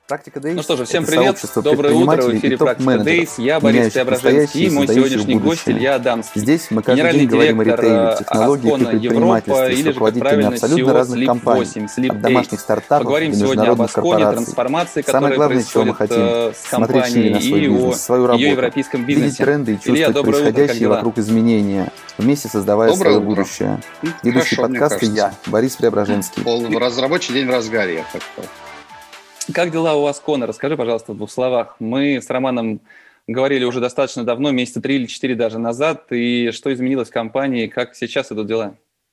Практика Ну Days– что же, всем это привет, сообщество доброе утро, в предпринимателей и эфире «Практика Days», топ-менеджеров, я Борис меняющих Преображенский настоящее и и мой создающих сегодняшний гость будущее. Илья Адамский, Здесь мы каждый генеральный день говорим о директор ритейле, технологиях и Ascona Европа предпринимательстве с или же, как руководителями правильно, абсолютно SEO разных Sleep компаний, 8, Sleep от 8. домашних стартапов Поговорим до сегодня об международных Ascona, корпораций. трансформации, Самое которая главное, чего мы происходит хотим– с смотреть шире на компанией, свой и бизнес, о свою ее работу, европейском видеть бизнесе. тренды и Илья, чувствовать доброе утро, как происходящее дела? вокруг изменения, вместе создавая Доброе свое утро. будущее. Ведущий Хорошо, мне подкаста кажется. я, Борис Преображенский. Рабочий день в разгаре, я так сказал. Как дела у Ascona? Расскажи, пожалуйста, в двух словах. Мы с Романом говорили уже достаточно давно, месяца 3 или 4 даже назад, и что изменилось в компании, как сейчас идут дела?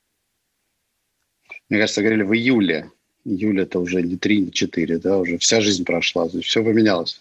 Мне кажется, говорили в июле. Июль это уже не 3, не 4, да, уже вся жизнь прошла, все поменялось.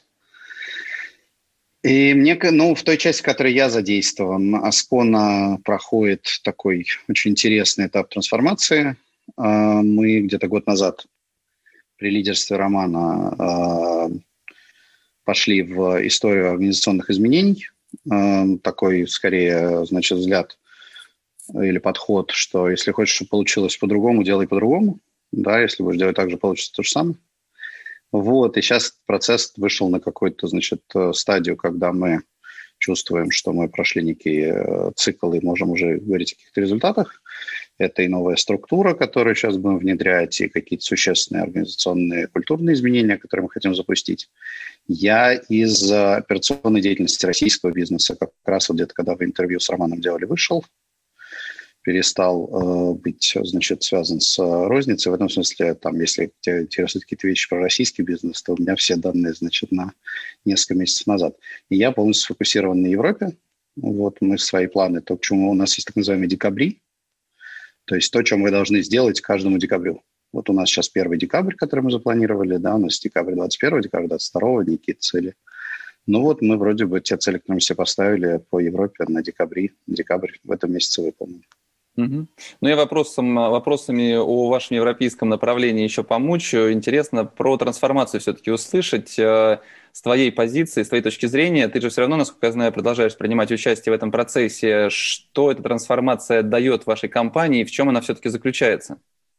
И в той части, в которой я задействован, Ascona проходит такой очень интересный этап трансформации. Мы где-то год назад при лидерстве Романа пошли в историю организационных изменений. Такой, скорее, значит, взгляд или подход, что если хочешь, чтобы получилось по-другому, делай по-другому. Да, если будешь делать так же, получится то же самое. Вот, и сейчас процесс вышел на какую-то, значит, стадию, когда мы чувствуем, что мы прошли некий цикл и можем уже говорить о каких-то результатах. Это и новая структура, которую сейчас будем внедрять, и какие-то существенные организационные, культурные изменения, которые мы хотим запустить. Я из операционной деятельности российского бизнеса, как раз вот где-то, когда вы интервью с Романом делали, вышел, перестал быть, значит, связан с розницей. В этом смысле, там, если интересуют какие-то вещи про российский бизнес, то у меня все данные, значит, на несколько месяцев назад. И я полностью сфокусирован на Европе. Вот мы свои планы, то, к чему у нас есть так называемые декабри, то есть то, чем мы должны сделать к каждому декабрю. Вот у нас сейчас 1 декабрь, который мы запланировали, да, у нас декабрь 21, декабрь 22, некие цели. Ну вот мы вроде бы те цели, которые мы себе поставили по Европе на декабрь в этом месяце выполним. Угу. Ну, я вопросами о вашем европейском направлении еще помучу. Интересно про трансформацию все-таки услышать с твоей позиции, с твоей точки зрения. Ты же все равно, насколько я знаю, продолжаешь принимать участие в этом процессе. Что эта трансформация дает вашей компании и в чем она все-таки заключается?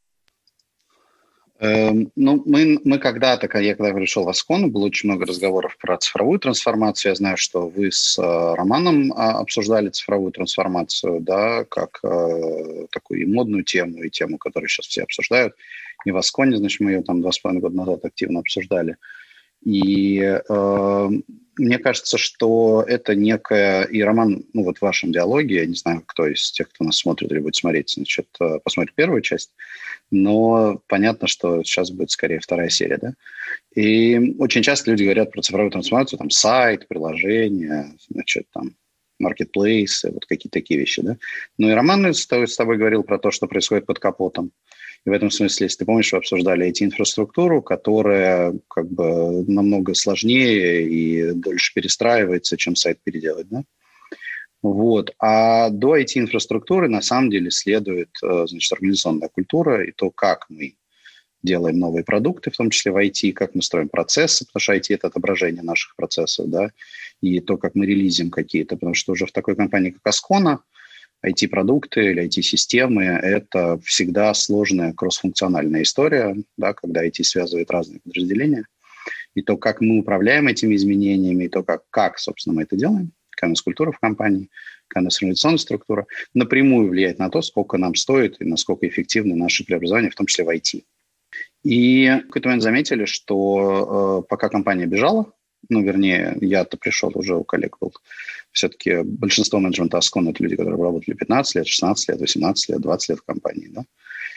Мы когда-то, я когда пришел в Ascona, было очень много разговоров про цифровую трансформацию. Я знаю, что вы с Романом обсуждали цифровую трансформацию, да, как такую и модную тему, и тему, которую сейчас все обсуждают. И в Ascona, значит, мы ее там 2,5 года назад активно обсуждали. И мне кажется, что это некая... И Роман, ну вот в вашем диалоге, я не знаю, кто из тех, кто нас смотрит или будет смотреть, значит, посмотрит первую часть, но понятно, что сейчас будет скорее 2 серия, да? И очень часто люди говорят про цифровую трансформацию, там, сайт, приложение, значит, там, маркетплейсы, вот какие-то такие вещи, да? Ну и Роман с тобой говорил про то, что происходит под капотом. И в этом смысле, если ты помнишь, вы обсуждали IT-инфраструктуру, которая как бы намного сложнее и дольше перестраивается, чем сайт переделать, да? Вот. А до IT-инфраструктуры на самом деле следует, значит, организационная культура и то, как мы делаем новые продукты, в том числе в IT, как мы строим процессы, потому что IT – это отображение наших процессов, да, и то, как мы релизим какие-то, потому что уже в такой компании, как Ascona, IT-продукты или IT-системы – это всегда сложная кроссфункциональная история, да, когда IT связывает разные подразделения. И то, как мы управляем этими изменениями, и то, как собственно, мы это делаем, какая у нас культура в компании, какая у нас организационная структура, напрямую влияет на то, сколько нам стоит и насколько эффективны наши преобразования, в том числе в IT. И в какой-то момент заметили, что пока компания бежала, ну, вернее, я-то пришел, уже у коллег был, все-таки большинство менеджмента Ascona – это люди, которые работали 15 лет, 16 лет, 18 лет, 20 лет в компании, да.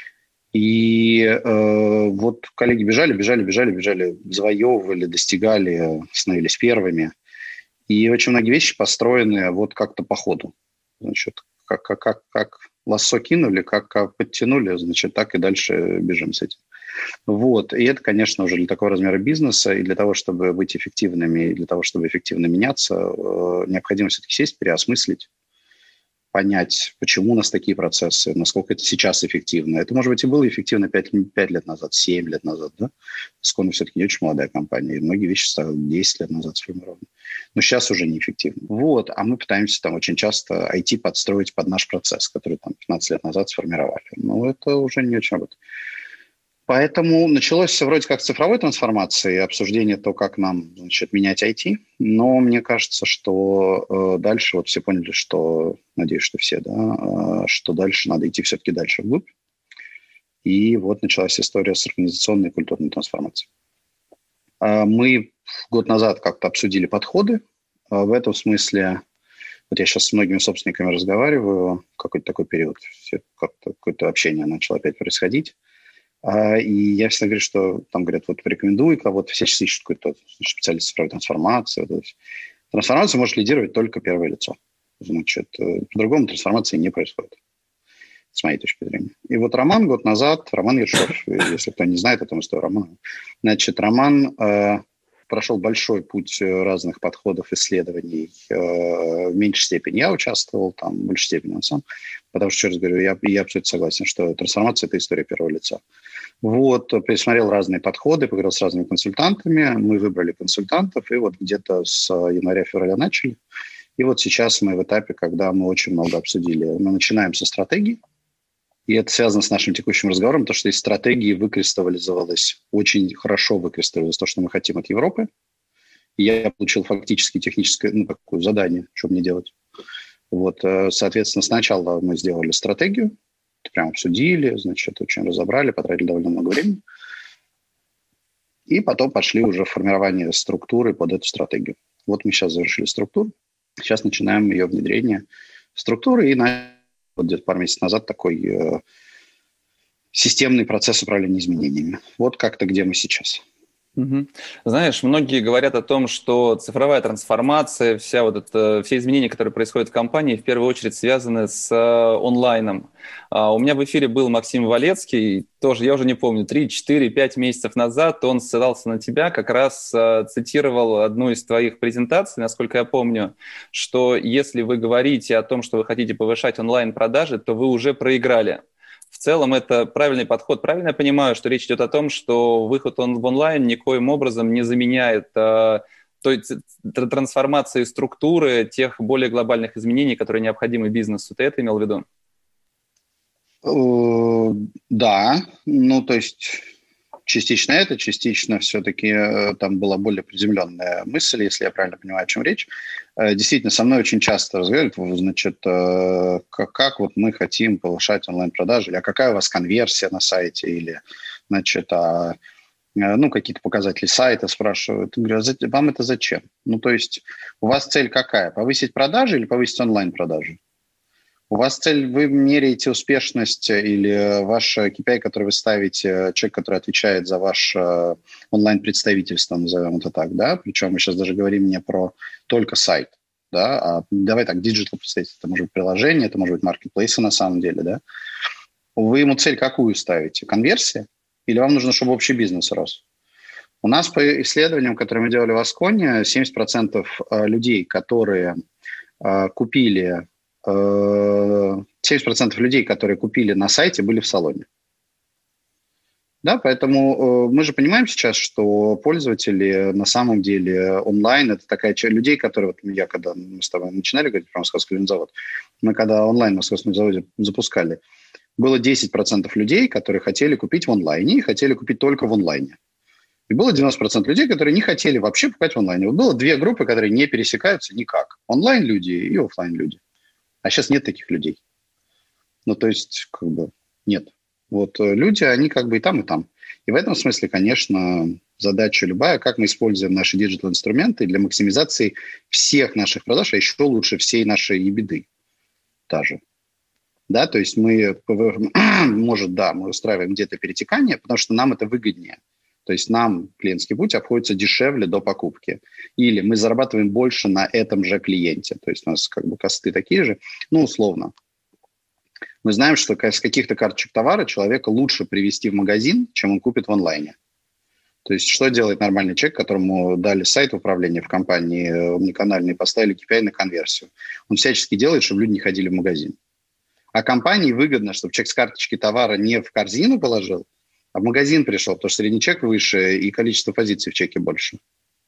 И вот коллеги бежали, завоевывали, достигали, становились первыми. И очень многие вещи построены вот как-то по ходу. Значит, как лассо кинули, как подтянули, значит, так и дальше бежим с этим. Вот. И это, конечно, уже для такого размера бизнеса, и для того, чтобы быть эффективными, и для того, чтобы эффективно меняться, необходимо все-таки сесть, переосмыслить, понять, почему у нас такие процессы, насколько это сейчас эффективно. Это, может быть, и было эффективно 5 лет назад, 7 лет назад. Да? Ascona все-таки не очень молодая компания, и многие вещи стали 10 лет назад сформированы. Но сейчас уже неэффективно. Вот. А мы пытаемся там очень часто IT подстроить под наш процесс, который там 15 лет назад сформировали. Но это уже не очень работает. Поэтому началось все вроде как с цифровой трансформации, обсуждение то, как нам, значит, менять IT. Но мне кажется, что дальше вот все поняли, что, надеюсь, что все, да, что дальше надо идти все-таки дальше вглубь. И вот началась история с организационной и культурной трансформацией. Мы год назад как-то обсудили подходы. В этом смысле, вот я сейчас с многими собственниками разговариваю, какой-то такой период, как-то какое-то общение начало опять происходить. И я всегда говорю, что там говорят, вот порекомендуй кого-то, все сейчас ищут какой-то специалист цифровой трансформации. Вот. Трансформацию может лидировать только первое лицо. Значит, по-другому трансформации не происходит, с моей точки зрения. И вот Роман год назад, Роман Ершов, если кто не знает, это история Романа. Значит, Роман прошел большой путь разных подходов, исследований. В меньшей степени я участвовал, там, в большей степени он сам. Потому что, еще раз говорю, я абсолютно согласен, что трансформация – это история первого лица. Вот, пересмотрел разные подходы, поговорил с разными консультантами. Мы выбрали консультантов, и вот где-то с января-февраля начали. И вот сейчас мы в этапе, когда мы очень много обсудили. Мы начинаем со стратегии. И это связано с нашим текущим разговором, потому что из стратегии очень хорошо выкристаллизовалось то, что мы хотим от Европы. И я получил фактически техническое такое задание, что мне делать. Вот, соответственно, сначала мы сделали стратегию, прям обсудили, значит, очень разобрали, потратили довольно много времени. И потом пошли уже в формирование структуры под эту стратегию. Вот мы сейчас завершили структуру, сейчас начинаем ее внедрение структуры, и вот где-то пару месяцев назад такой системный процесс управления изменениями. Вот как-то где мы сейчас. Угу. Знаешь, многие говорят о том, что цифровая трансформация, все изменения, которые происходят в компании, в первую очередь связаны с онлайном. У меня в эфире был Максим Валецкий, тоже, я уже не помню, 3, 4, 5 месяцев назад он ссылался на тебя, как раз цитировал одну из твоих презентаций, насколько я помню, что если вы говорите о том, что вы хотите повышать онлайн-продажи, то вы уже проиграли. В целом это правильный подход. Правильно я понимаю, что речь идет о том, что выход в онлайн никоим образом не заменяет той трансформации структуры, тех более глобальных изменений, которые необходимы бизнесу. Ты это имел в виду? Да, то есть частично это, частично все-таки там была более приземленная мысль, если я правильно понимаю, о чем речь. Действительно, со мной очень часто разговаривают, значит, как вот мы хотим повышать онлайн-продажи, или какая у вас конверсия на сайте, или, значит, какие-то показатели сайта спрашивают. Я говорю, вам это зачем? То есть у вас цель какая? Повысить продажи или повысить онлайн-продажи? У вас цель, вы меряете успешность или ваш KPI, который вы ставите, человек, который отвечает за ваше онлайн-представительство, назовем это так, да, причем мы сейчас даже говорим не про только сайт, да, а давай так, диджитал представительство, это может быть приложение, это может быть маркетплейсы на самом деле, да. Вы ему цель какую ставите? Конверсия? Или вам нужно, чтобы общий бизнес рос? У нас по исследованиям, которые мы делали в Асконе, 70% людей, которые купили 70% людей, которые купили на сайте, были в салоне. Да, поэтому мы же понимаем сейчас, что пользователи на самом деле онлайн – это такая часть людей, которые, когда мы с тобой начинали говорить про Московский линзавод, мы когда онлайн в Московском заводе запускали, было 10% людей, которые хотели купить в онлайне и хотели купить только в онлайне. И было 90% людей, которые не хотели вообще покупать в онлайне. Вот было две группы, которые не пересекаются никак. Онлайн-люди и офлайн-люди. А сейчас нет таких людей. То есть, нет. Вот люди, они и там, и там. И в этом смысле, конечно, задача любая, как мы используем наши диджитал-инструменты для максимизации всех наших продаж, а еще лучше всей нашей EBITDA даже. Да, то есть мы устраиваем где-то перетекание, потому что нам это выгоднее. То есть нам клиентский путь обходится дешевле до покупки. Или мы зарабатываем больше на этом же клиенте. То есть у нас косты такие же. Условно. Мы знаем, что с каких-то карточек товара человека лучше привести в магазин, чем он купит в онлайне. То есть что делает нормальный человек, которому дали сайт управления в компании omnicanal и поставили KPI на конверсию? Он всячески делает, чтобы люди не ходили в магазин. А компании выгодно, чтобы человек с карточки товара не в корзину положил, а в магазин пришел, потому что средний чек выше и количество позиций в чеке больше.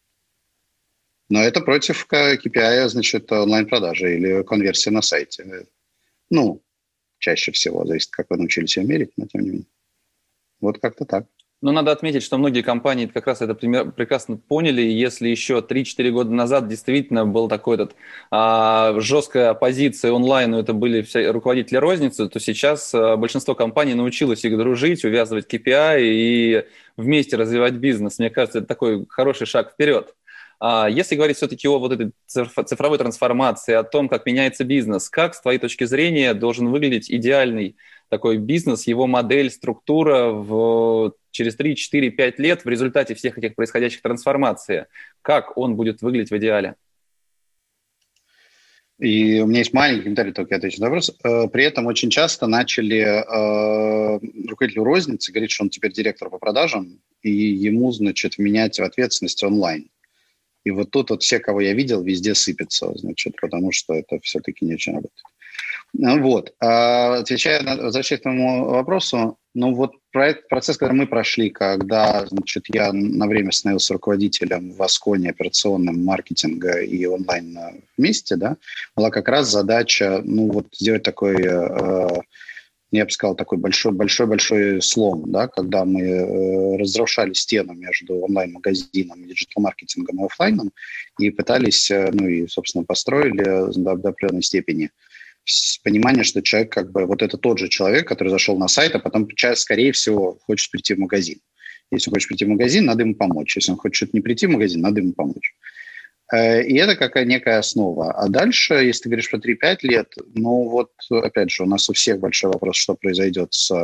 Но это против KPI, значит, онлайн-продажи или конверсии на сайте. Чаще всего, зависит, как вы научились ее мерить, но тем не менее. Вот как-то так. Но надо отметить, что многие компании как раз это прекрасно поняли. Если еще 3-4 года назад действительно был такой жесткая оппозиция онлайну, это были все руководители розницы, то сейчас большинство компаний научилось их дружить, увязывать KPI и вместе развивать бизнес. Мне кажется, это такой хороший шаг вперед. Если говорить все-таки о вот этой цифровой трансформации, о том, как меняется бизнес, как, с твоей точки зрения, должен выглядеть идеальный такой бизнес, его модель, структура через 3, 4, 5 лет в результате всех этих происходящих трансформаций? Как он будет выглядеть в идеале? И у меня есть маленький комментарий, только я отвечу на вопрос. При этом очень часто начали руководителю розницы говорить, что он теперь директор по продажам, и ему, значит, менять ответственность онлайн. И вот тут вот все, кого я видел, везде сыпется, значит, потому что это все-таки не очень работает. Вот. Возвращаясь к твоему вопросу, вот процесс, который мы прошли, когда, значит, я на время становился руководителем в Асконе операционным маркетинга и онлайн вместе, да, была как раз задача, сделать такой, я бы сказал, такой большой слом, да, когда мы разрушали стену между онлайн-магазином, диджитал-маркетингом и офлайном и пытались, собственно, построили до определенной степени понимание, что человек вот это тот же человек, который зашел на сайт, а потом, скорее всего, хочет прийти в магазин. Если он хочет прийти в магазин, надо ему помочь. Если он хочет не прийти в магазин, надо ему помочь. И это какая некая основа. А дальше, если ты говоришь про 3-5 лет, опять же, у нас у всех большой вопрос, что произойдет с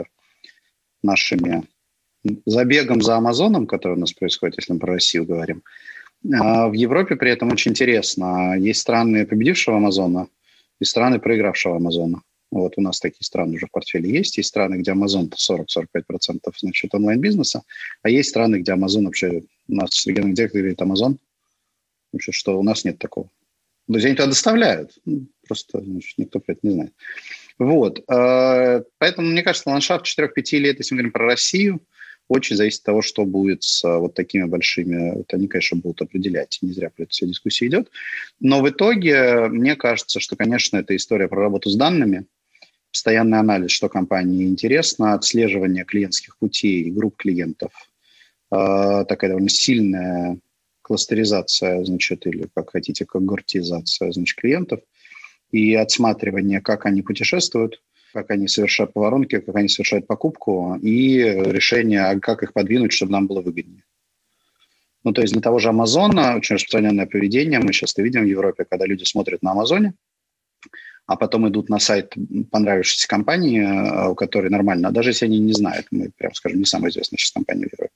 нашими забегом за Амазоном, который у нас происходит, если мы про Россию говорим. В Европе при этом очень интересно. Есть страны победившего Амазона, и страны, проигравшего Амазона. Вот у нас такие страны уже в портфеле есть. Есть страны, где Амазон 40-45%, значит, онлайн-бизнеса, а есть страны, где Амазон вообще, у нас региональный директор говорит Амазон, значит, что у нас нет такого. То есть они туда доставляют, просто, значит, никто про это не знает. Вот. Поэтому, мне кажется, ландшафт 4-5 лет, если мы говорим про Россию, очень зависит от того, что будет с вот такими большими... Вот они, конечно, будут определять. Не зря про это вся дискуссия идет. Но в итоге, мне кажется, что, конечно, это история про работу с данными, постоянный анализ, что компании интересно, отслеживание клиентских путей, групп клиентов, такая довольно сильная кластеризация, значит, или, как хотите, когортизация, значит, клиентов, и отсматривание, как они путешествуют, как они совершают поворонки, как они совершают покупку, и решение, как их подвинуть, чтобы нам было выгоднее. То есть для того же Амазона очень распространенное поведение. Мы сейчас это видим в Европе, когда люди смотрят на Амазоне, а потом идут на сайт понравившейся компании, у которой нормально, даже если они не знают, мы, прямо скажем, не самая известная сейчас компания в Европе.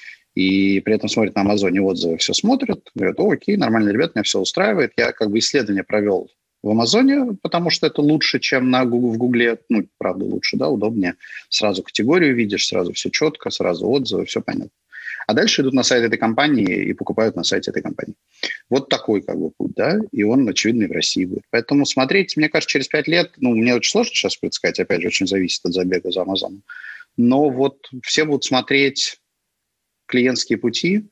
И при этом смотрят на Амазоне отзывы, все смотрят, говорят, окей, нормально, ребят, меня все устраивает. Я исследование провел в Амазоне, потому что это лучше, чем в Гугле. Правда, лучше, да, удобнее. Сразу категорию видишь, сразу все четко, сразу отзывы, все понятно. А дальше идут на сайт этой компании и покупают на сайте этой компании. Вот такой путь, да, и он, очевидно, и в России будет. Поэтому смотреть, мне кажется, через 5 лет, мне очень сложно сейчас предсказать, опять же, очень зависит от забега за Амазоном. Но вот все будут смотреть клиентские пути,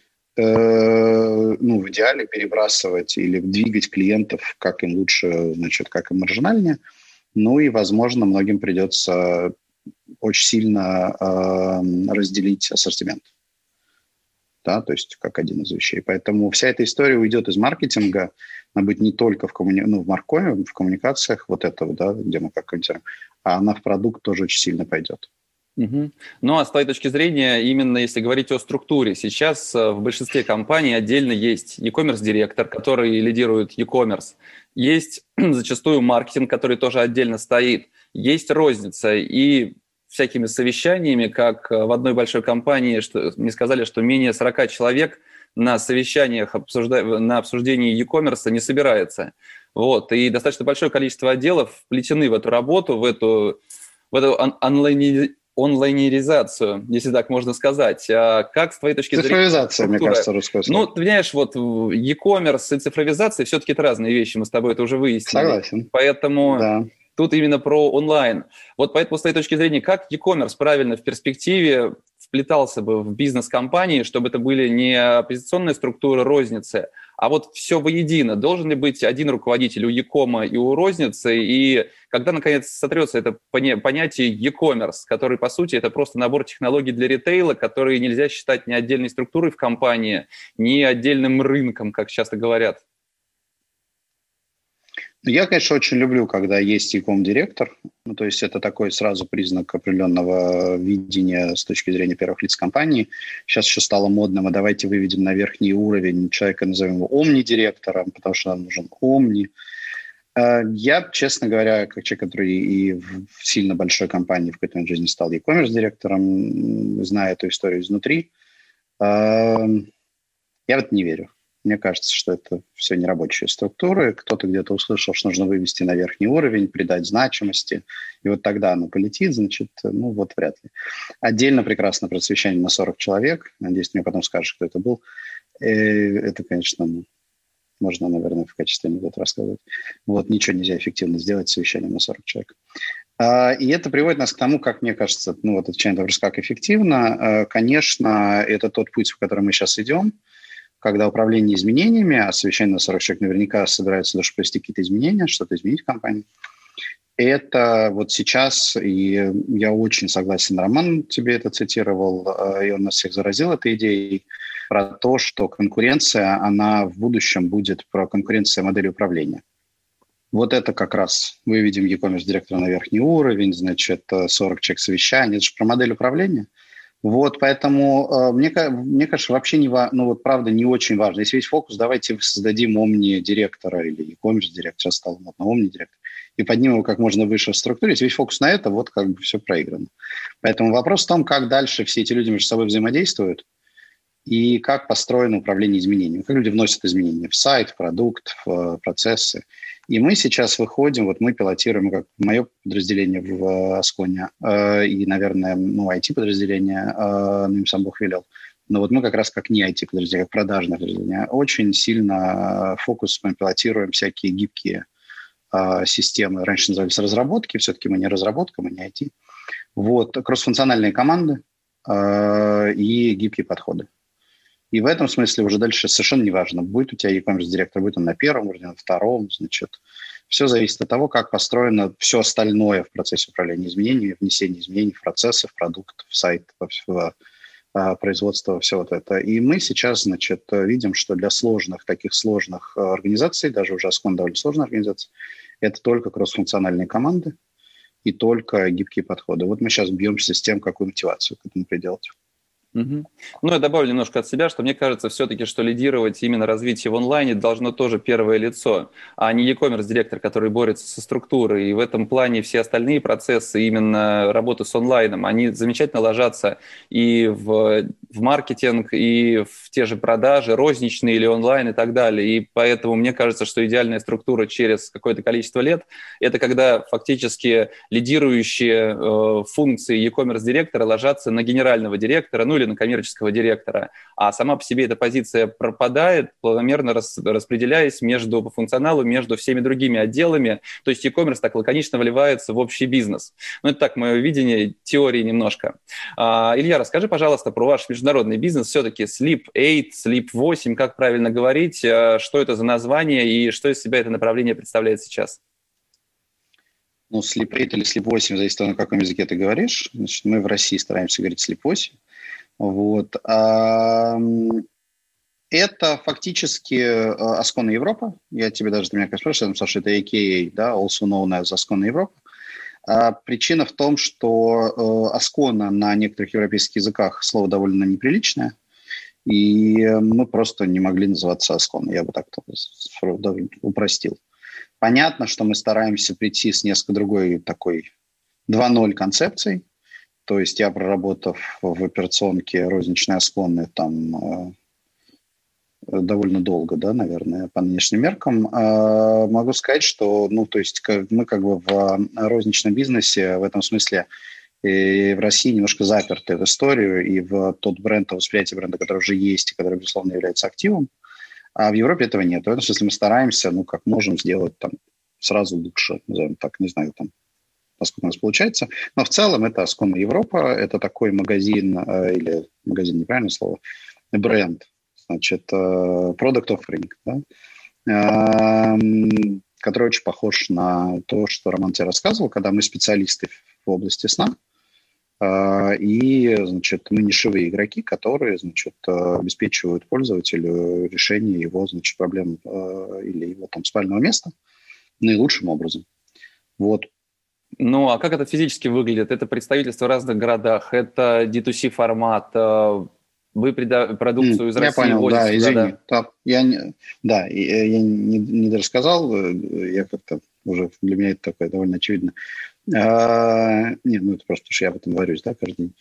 в идеале перебрасывать или двигать клиентов, как им лучше, значит, как им маржинальнее. И, возможно, многим придется очень сильно разделить ассортимент. Да, то есть как один из вещей. Поэтому вся эта история уйдет из маркетинга, она будет не только в маркоме, в коммуникациях вот этого, да, где мы как коммуницируем, а она в продукт тоже очень сильно пойдет. Угу. А с твоей точки зрения, именно если говорить о структуре, сейчас в большинстве компаний отдельно есть e-commerce директор, который лидирует e-commerce, есть зачастую маркетинг, который тоже отдельно стоит, есть розница, и всякими совещаниями, как в одной большой компании, мне сказали, что менее 40 человек на совещаниях на обсуждении e-commerce не собирается. Вот. И достаточно большое количество отделов вплетены в эту работу, в эту онлайнеризацию, если так можно сказать. Как с твоей точки зрения? Цифровизация, мне кажется, русское слово. Ты понимаешь, e-commerce и цифровизация все-таки это разные вещи, мы с тобой это уже выяснили. Согласен. Поэтому да. Тут именно про онлайн. Вот поэтому с твоей точки зрения, как e-commerce правильно в перспективе вплетался бы в бизнес компании, чтобы это были не оппозиционные структуры розницы, а вот все воедино. Должен ли быть один руководитель у e-кома и у розницы? И когда, наконец, сотрется это понятие e-commerce, который, по сути, это просто набор технологий для ритейла, которые нельзя считать ни отдельной структурой в компании, ни отдельным рынком, как часто говорят? Я, конечно, очень люблю, когда есть e-com-директор. Ну, то есть это такой сразу признак определенного видения с точки зрения первых лиц компании. Сейчас еще стало модным, а давайте выведем на верхний уровень человека, назовем его омни-директором, потому что нам нужен омни. Я, честно говоря, как человек, который и в сильно большой компании в какой-то момент жизни стал e-commerce директором, зная эту историю изнутри, я в это не верю. Мне кажется, что это все нерабочие структуры. Кто-то где-то услышал, что нужно вывести на верхний уровень, придать значимости, и вот тогда оно полетит, значит, ну вот вряд ли. Отдельно прекрасно просвещение на 40 человек. Надеюсь, ты мне потом скажешь, кто это был. Это, конечно, можно, наверное, в качестве анекдота рассказывать. Вот, ничего нельзя эффективно сделать с совещанием на 40 человек. И это приводит нас к тому, как мне кажется, ну вот отвечая на вопрос, как эффективно. Конечно, это тот путь, в который мы сейчас идем, когда управление изменениями, а совещание на 40 человек наверняка собирается даже провести какие-то изменения, что-то изменить в компании. Это вот сейчас, и я очень согласен, Роман тебе это цитировал, и он нас всех заразил этой идеей, про то, что конкуренция, она в будущем будет про конкуренцию модели управления. Вот это как раз выведем e-commerce директора на верхний уровень, значит, 40 человек совещаний, это же про модель управления. Вот, поэтому мне кажется, вообще не важно, ну вот правда не очень важно. Если есть фокус, давайте создадим омни-директора или e-commerce директора, стал модно омни-директор, и поднимем его как можно выше в структуре. Если есть фокус на это, вот как бы все проиграно. Поэтому вопрос в том, как дальше все эти люди между собой взаимодействуют и как построено управление изменениями, как люди вносят изменения в сайт, в продукт, в процессы. И мы сейчас выходим, вот мы пилотируем, как мое подразделение в Асконе, и, наверное, ну, IT-подразделение, ну, им сам Бог велел. Но вот мы как раз как не IT-подразделение, как продажное подразделение, очень сильно фокус мы пилотируем всякие гибкие системы. Раньше назывались разработки, все-таки мы не разработка, мы не IT. Вот, кроссфункциональные команды и гибкие подходы. И в этом смысле уже дальше совершенно не важно, будет у тебя e-commerce директор, будет он на первом уровне, на втором, значит, все зависит от того, как построено все остальное в процессе управления изменениями, внесения изменений в процессы, в продукт, в сайт, в производство, все вот это. И мы сейчас, значит, видим, что для таких сложных организаций, даже уже Аскон довольно сложная организация, это только кроссфункциональные команды и только гибкие подходы. Вот мы сейчас бьемся с тем, какую мотивацию к этому приделать. Ну, я добавлю немножко от себя, что мне кажется все-таки, что лидировать именно развитие в онлайне должно тоже первое лицо, а не e-commerce директор, который борется со структурой. И в этом плане все остальные процессы именно работы с онлайном, они замечательно ложатся и в маркетинг, и в те же продажи, розничные или онлайн и так далее. И поэтому мне кажется, что идеальная структура через какое-то количество лет – это когда фактически лидирующие функции e-commerce директора ложатся на генерального директора, ну или на коммерческого директора, а сама по себе эта позиция пропадает, планомерно распределяясь по функционалу между всеми другими отделами, то есть e-commerce так лаконично вливается в общий бизнес. Ну, это так, мое видение теории немножко. Илья, расскажи, пожалуйста, про ваш международный бизнес, все-таки Sleep 8, Sleep 8, как правильно говорить, что это за название и что из себя это направление представляет сейчас? Ну, Sleep 8 или Sleep 8, зависит от того, на каком языке ты говоришь. Значит, мы в России стараемся говорить Sleep 8. Вот. Это фактически Аскона Европа. Я тебе даже, ты меня спрашиваешь, потому что это AKA, да, also known as Аскона Европа. Причина в том, что Аскона на некоторых европейских языках слово довольно неприличное, и мы просто не могли называться Аскона. Я бы так упростил. Понятно, что мы стараемся прийти с несколько другой такой 2.0 концепцией. То есть я, проработав в операционке розничной Асконы там довольно долго, да, наверное, по нынешним меркам, могу сказать, что, ну, то есть мы как бы в розничном бизнесе в этом смысле и в России немножко заперты в историю и в тот бренд, то восприятие бренда, который уже есть и который, безусловно, является активом, а в Европе этого нет. В этом смысле мы стараемся, ну, как можем сделать там сразу лучше, назовем так, не знаю, там, насколько у нас получается. Но в целом это Аскона Европа, это такой магазин, или магазин, неправильное слово, бренд, значит, product offering, да, который очень похож на то, что Роман тебе рассказывал, когда мы специалисты в области сна, и, значит, мы нишевые игроки, которые, значит, обеспечивают пользователю решение его, значит, проблем или его там спального места наилучшим образом. Вот. Ну, а как это физически выглядит? Это представительство в разных городах, это D2C формат, вы продукцию из Я России понял, возите да, в извини. города? Я не дорассказал, я как-то уже для меня это такое довольно очевидно. Нет, ну это просто, потому что я об этом говорю, да, каждый день.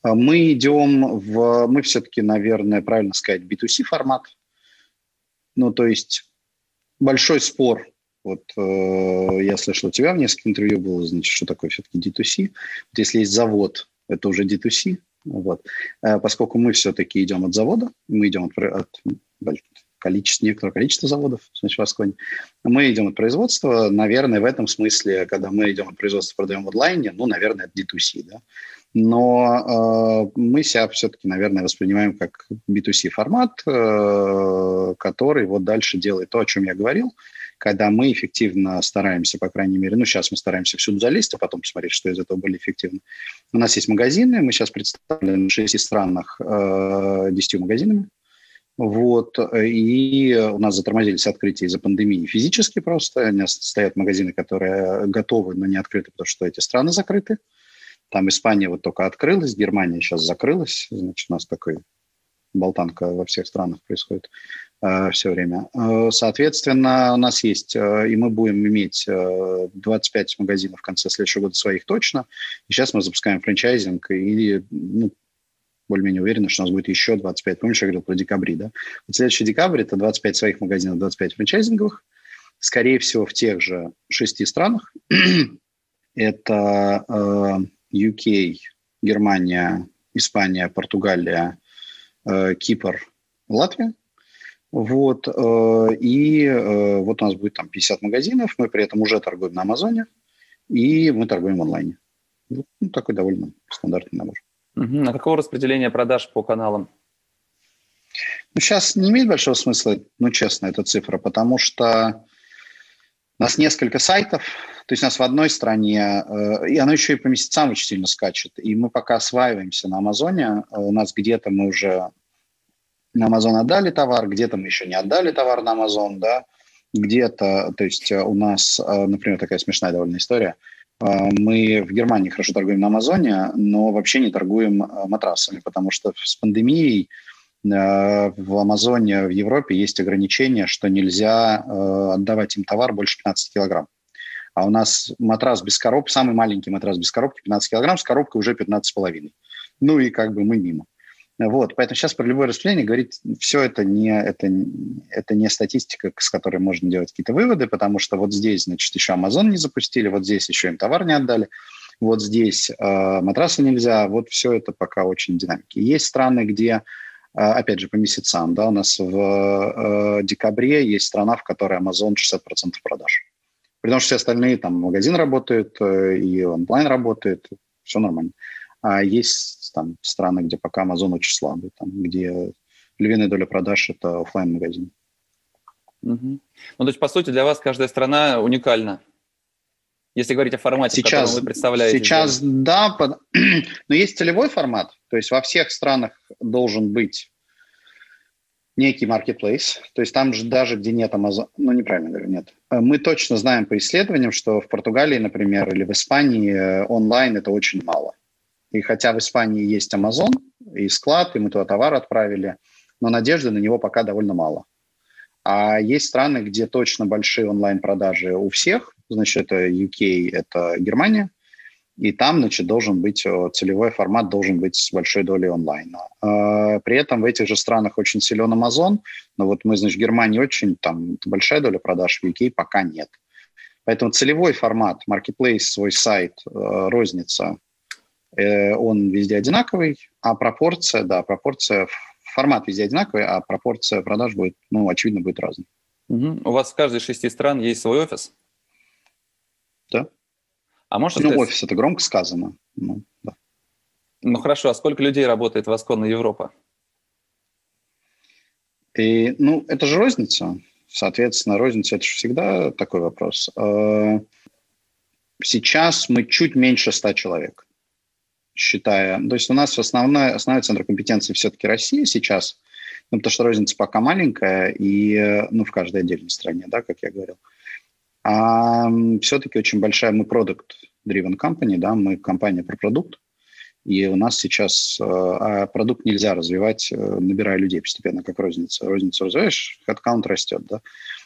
Мы все-таки, наверное, правильно сказать, B2C формат. Ну, то есть большой спор. Вот я слышал, у тебя в нескольких интервью было, значит, что такое все-таки D2C. Вот если есть завод, это уже D2C. Вот. Поскольку мы все-таки идем от завода, мы идем от некоторого количества заводов, значит, в Асконе, мы идем от производства, наверное, в этом смысле, когда мы идем от производства, продаем в онлайне, ну, наверное, это D2C, да. Но мы себя все-таки, наверное, воспринимаем как B2C формат, который вот дальше делает то, о чем я говорил, когда мы эффективно стараемся, по крайней мере, ну, сейчас мы стараемся всюду залезть, а потом посмотреть, что из этого были эффективны. У нас есть магазины, мы сейчас представлены в 6 странах 10 магазинами. Вот, и у нас затормозились открытия из-за пандемии физически просто. У нас стоят магазины, которые готовы, но не открыты, потому что эти страны закрыты. Там Испания вот только открылась, Германия сейчас закрылась. Значит, у нас такой болтанка во всех странах происходит все время. Соответственно, у нас есть, и мы будем иметь 25 магазинов в конце следующего года своих точно. И сейчас мы запускаем франчайзинг, и более-менее уверены, что у нас будет еще 25. Помнишь, я говорил про декабрь, да? Вот следующий декабрь – это 25 своих магазинов, 25 франчайзинговых. Скорее всего, в тех же 6 странах. Это UK, Германия, Испания, Португалия, Кипр, Латвия. Вот. И вот у нас будет там 50 магазинов. Мы при этом уже торгуем на Амазоне. И мы торгуем в онлайне. Ну, такой довольно стандартный набор. А какого распределения продаж по каналам? Ну, сейчас не имеет большого смысла, ну, честно, эта цифра, потому что у нас несколько сайтов, то есть у нас в одной стране, и оно еще и по месяцам очень сильно скачет, и мы пока осваиваемся на Амазоне, у нас где-то мы уже на Амазон отдали товар, где-то мы еще не отдали товар на Амазон, да, где-то, то есть у нас, например, такая смешная довольно история, мы в Германии хорошо торгуем на Амазоне, но вообще не торгуем матрасами, потому что с пандемией в Амазоне в Европе есть ограничение, что нельзя отдавать им товар больше 15 килограмм. А у нас матрас без коробки, самый маленький матрас без коробки 15 килограмм, с коробкой уже 15,5. Ну и как бы мы мимо. Вот, поэтому сейчас про любое распределение говорить, все это не статистика, с которой можно делать какие-то выводы, потому что вот здесь, значит, еще Amazon не запустили, вот здесь еще им товар не отдали, вот здесь матрасы нельзя, вот все это пока очень динамики. Есть страны, где, опять же, по месяцам, да, у нас в декабре есть страна, в которой Amazon 60% продаж. При том, что все остальные, там, магазин работает и онлайн работает, все нормально. А есть там страны, где пока Amazon очень слабый, там, где львиная доля продаж – это офлайн-магазин. Ну, то есть, по сути, для вас каждая страна уникальна, если говорить о формате, сейчас, в котором вы представляете. Сейчас, да, но есть целевой формат, то есть во всех странах должен быть некий marketplace, то есть там же даже, где нет Amazon, ну, неправильно говорю, нет. Мы точно знаем по исследованиям, что в Португалии, например, или в Испании онлайн – это очень мало. И хотя в Испании есть Amazon и склад, и мы туда товар отправили, но надежды на него пока довольно мало. А есть страны, где точно большие онлайн-продажи у всех, значит, это UK, это Германия, и там, значит, должен быть целевой формат, должен быть с большой долей онлайна. При этом в этих же странах очень силен Amazon, но вот мы, значит, в Германии очень, там большая доля продаж, в UK пока нет. Поэтому целевой формат, marketplace, свой сайт, розница, он везде одинаковый, а пропорция, формат везде одинаковый, а пропорция продаж будет, ну, очевидно, будет разной. У вас в каждой из 6 стран есть свой офис? Да. А можешь сказать... офис – это громко сказано. Да. Ну, хорошо. А сколько людей работает в Асконе Европа? Ну, это же розница. Соответственно, розница – это же всегда такой вопрос. Сейчас мы чуть меньше 100 человек, считая. То есть у нас основной центр компетенции все-таки Россия сейчас, ну, потому что розница пока маленькая и, ну, в каждой отдельной стране, да, как я говорил. А все-таки очень большая, мы product-driven company, да, мы компания про продукт. И у нас сейчас продукт нельзя развивать, набирая людей постепенно, как розница. Розницу развиваешь, headcount растет, да.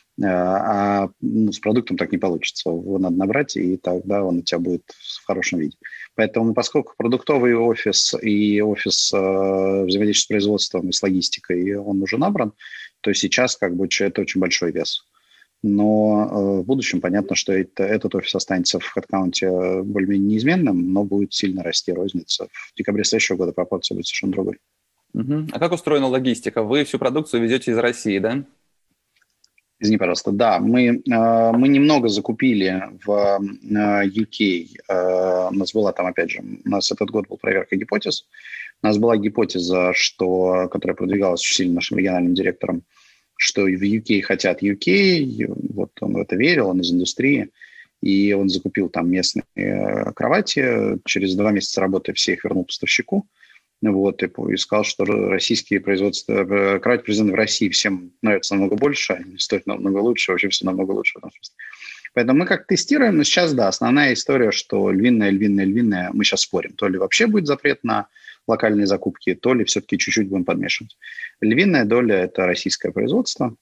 С продуктом так не получится. Его надо набрать, и тогда он у тебя будет в хорошем виде. Поэтому, поскольку продуктовый офис и офис взаимодействия с производством и с логистикой, он уже набран, то сейчас как бы это очень большой вес. Но в будущем понятно, что этот офис останется в хэдкаунте более-менее неизменным, но будет сильно расти розница. В декабре следующего года пропорция будет совершенно другой. А как устроена логистика? Вы всю продукцию везете из России, да? Извини, пожалуйста. Да, мы немного закупили в UK. У нас была там, опять же, у нас этот год был проверка гипотез. У нас была гипотеза, которая продвигалась очень сильно нашим региональным директором, что в UK хотят UK, вот он в это верил, он из индустрии, и он закупил там местные кровати, через 2 месяца работы все их вернул поставщику, вот, и сказал, что российские производства, кровати, произведенные в России, всем нравятся намного больше, они стоят намного лучше, вообще все намного лучше в этом смысле. Поэтому мы как тестируем, но сейчас, да, основная история, что львиная, мы сейчас спорим, то ли вообще будет запрет на локальные закупки, то ли все-таки чуть-чуть будем подмешивать. Львиная доля – это российское производство.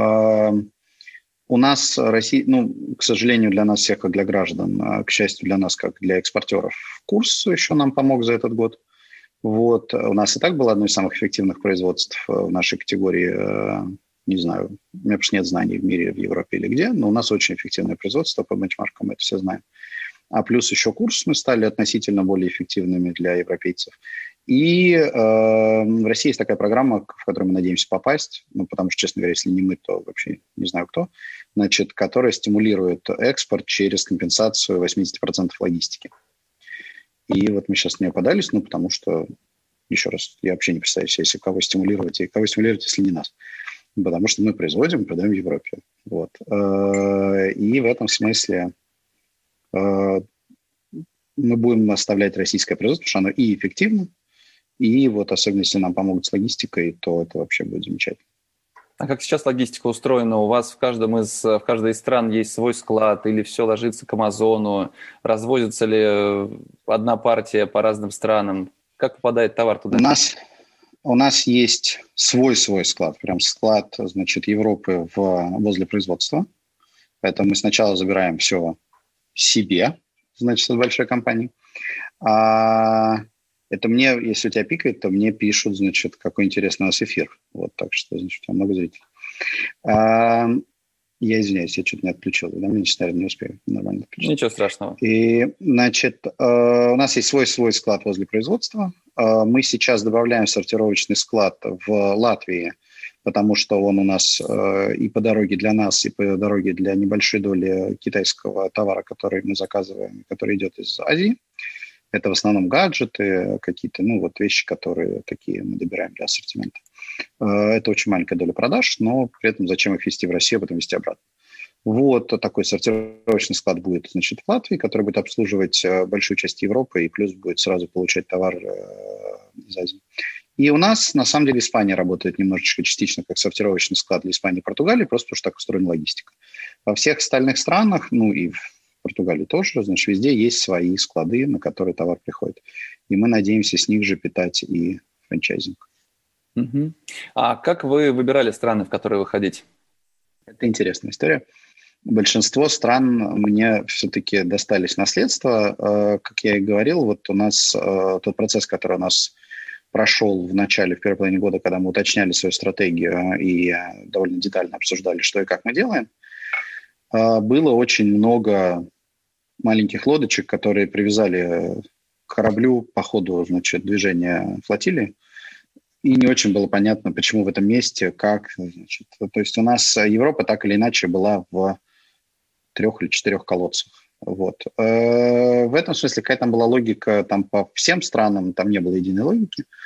У нас Россия, к сожалению, для нас всех, как для граждан, к счастью, для нас, как для экспортеров, курс еще нам помог за этот год. Вот. У нас и так было одно из самых эффективных производств в нашей категории. Не знаю, у меня просто нет знаний в мире, в Европе или где, но у нас очень эффективное производство по бенчмаркам, мы это все знаем. А плюс еще курс мы стали относительно более эффективными для европейцев. И в России есть такая программа, в которую мы надеемся попасть, потому что, честно говоря, если не мы, то вообще не знаю кто, значит, которая стимулирует экспорт через компенсацию 80% логистики. И вот мы сейчас в нее подались, потому что, еще раз, я вообще не представляю себе, кого стимулировать, если не нас. Потому что мы производим и продаем в Европе. Вот. И в этом смысле мы будем оставлять российское производство, потому что оно и эффективно, и вот особенно если нам помогут с логистикой, то это вообще будет замечательно. А как сейчас логистика устроена? У вас в каждой из стран есть свой склад или все ложится к Амазону? Развозится ли одна партия по разным странам? Как попадает товар туда? У нас есть свой склад, прям склад, значит, Европы возле производства. Поэтому мы сначала забираем все себе, значит, от большой компании. Это мне, если у тебя пикает, то мне пишут, значит, какой интересный у нас эфир. Вот, так что, значит, у тебя много зрителей. Я извиняюсь, я что-то не отключил. Да, мне, наверное, не успею нормально отключить. Ничего страшного. И, значит, у нас есть свой склад возле производства. Мы сейчас добавляем сортировочный склад в Латвии, потому что он у нас и по дороге для нас, и по дороге для небольшой доли китайского товара, который мы заказываем, который идет из Азии. Это в основном гаджеты, какие-то, вещи, которые такие мы добираем для ассортимента. Это очень маленькая доля продаж, но при этом зачем их везти в Россию, а потом везти обратно. Вот такой сортировочный склад будет, значит, в Латвии, который будет обслуживать большую часть Европы и плюс будет сразу получать товар из Азии. И у нас, на самом деле, Испания работает немножечко частично как сортировочный склад для Испании и Португалии, просто потому что так устроена логистика. Во всех остальных странах, и в Португалии тоже, значит, везде есть свои склады, на которые товар приходит. И мы надеемся с них же питать и франчайзинг. Угу. А как вы выбирали страны, в которые выходить? Это интересная история. Большинство стран мне все-таки достались наследство. Как я и говорил, вот у нас тот процесс, который у нас прошел в первой половине года, когда мы уточняли свою стратегию и довольно детально обсуждали, что и как мы делаем, было очень много маленьких лодочек, которые привязали к кораблю по ходу, значит, движения флотилии. И не очень было понятно, почему в этом месте, как. Значит. То есть у нас Европа так или иначе была в 3 или 4 колодцах. Вот. В этом смысле какая-то была логика там, по всем странам, там не было единой логики.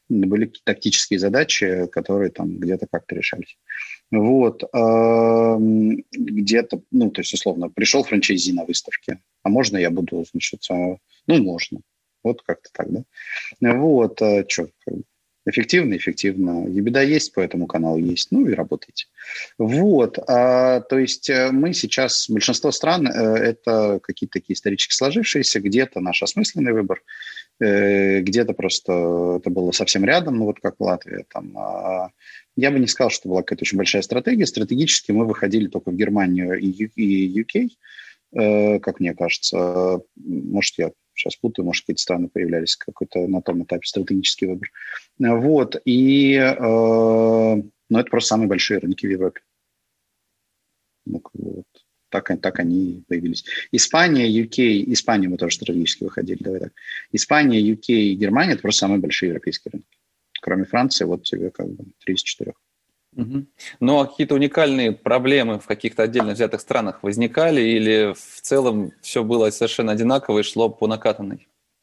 были какие-то тактические задачи, которые там где-то как-то решались. Вот. Где-то, ну, то есть, условно, пришел франчайзи на выставке, а можно я буду, значит, ну, можно. Вот как-то так, да? Вот. Что, эффективно, эффективно. Ебеда есть, по этому каналу есть. Ну и работайте. Вот. То есть мы сейчас, большинство стран, это какие-то такие исторически сложившиеся, где-то наш осмысленный выбор, где-то просто это было совсем рядом, ну вот как в Латвии. Там, я бы не сказал, что была какая-то очень большая стратегия. Стратегически мы выходили только в Германию и UK, как мне кажется. Может, я сейчас путаю, может, какие-то страны появлялись какой-то на том этапе стратегический выбор. Вот. Но это просто самые большие рынки в Европе. Ну, вот. Так они появились. Испания, UK, Испания мы тоже стратегически выходили, давай так. Испания, UK и Германия – это просто самые большие европейские рынки. Кроме Франции, вот тебе как бы 3 из 4. Угу. Ну, а какие-то уникальные проблемы в каких-то отдельно взятых странах возникали или в целом все было совершенно одинаково и шло по накатанной?